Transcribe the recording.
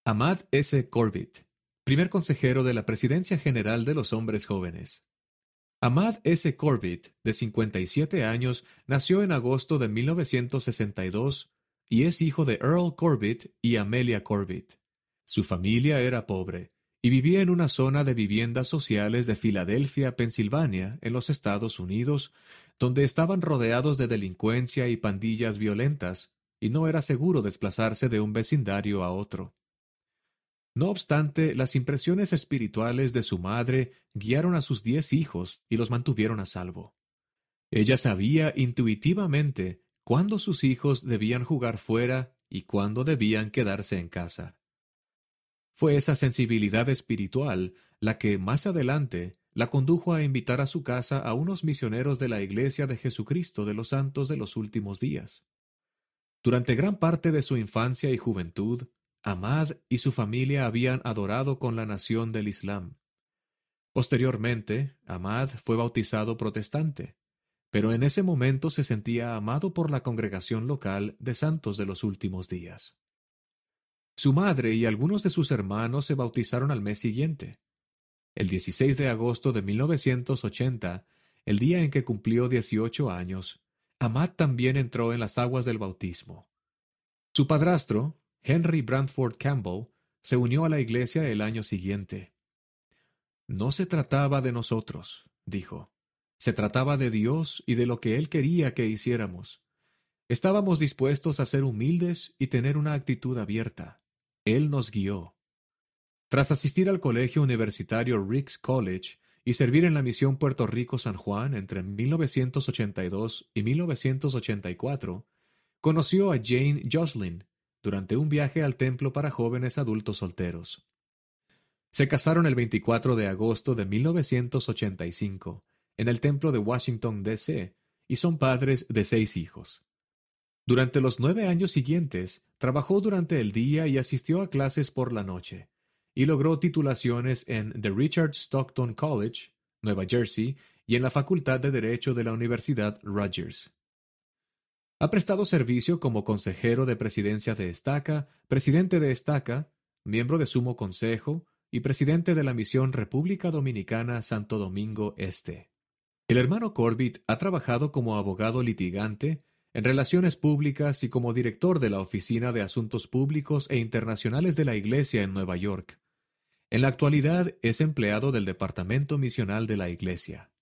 Ahmad S. Corbett, primer consejero de la Presidencia General de los Hombres Jóvenes. Ahmad S. Corbett, de 57 años, nació en agosto de 1962 y es hijo de Earl Corbett y Amelia Corbett. Su familia era pobre y vivía en una zona de viviendas sociales de Filadelfia, Pensilvania, en los Estados Unidos, donde estaban rodeados de delincuencia y pandillas violentas, y no era seguro desplazarse de un vecindario a otro. No obstante, las impresiones espirituales de su madre guiaron a sus 10 hijos y los mantuvieron a salvo. Ella sabía intuitivamente cuándo sus hijos debían jugar fuera y cuándo debían quedarse en casa. Fue esa sensibilidad espiritual la que, más adelante, la condujo a invitar a su casa a unos misioneros de la Iglesia de Jesucristo de los Santos de los Últimos Días. Durante gran parte de su infancia y juventud, Ahmad y su familia habían adorado con la nación del Islam. Posteriormente, Ahmad fue bautizado protestante, pero en ese momento se sentía amado por la congregación local de Santos de los Últimos Días. Su madre y algunos de sus hermanos se bautizaron al mes siguiente. El 16 de agosto de 1980, el día en que cumplió 18 años, Ahmad también entró en las aguas del bautismo. Su padrastro, Henry Brantford Campbell, se unió a la iglesia el año siguiente. No se trataba de nosotros, dijo. Se trataba de Dios y de lo que Él quería que hiciéramos. Estábamos dispuestos a ser humildes y tener una actitud abierta. Él nos guió. Tras asistir al colegio universitario Ricks College y servir en la misión Puerto Rico-San Juan entre 1982 y 1984, conoció a Jane Jocelyn durante un viaje al templo para jóvenes adultos solteros. Se casaron el 24 de agosto de 1985 en el templo de Washington, D.C., y son padres de 6 hijos. Durante los 9 años siguientes, trabajó durante el día y asistió a clases por la noche, y logró titulaciones en The Richard Stockton College, Nueva Jersey, y en la Facultad de Derecho de la Universidad Rutgers. Ha prestado servicio como consejero de presidencia de Estaca, presidente de Estaca, miembro de Sumo Consejo y presidente de la Misión República Dominicana Santo Domingo Este. El hermano Corbett ha trabajado como abogado litigante, en relaciones públicas y como director de la Oficina de Asuntos Públicos e Internacionales de la Iglesia en Nueva York. En la actualidad es empleado del Departamento Misional de la Iglesia.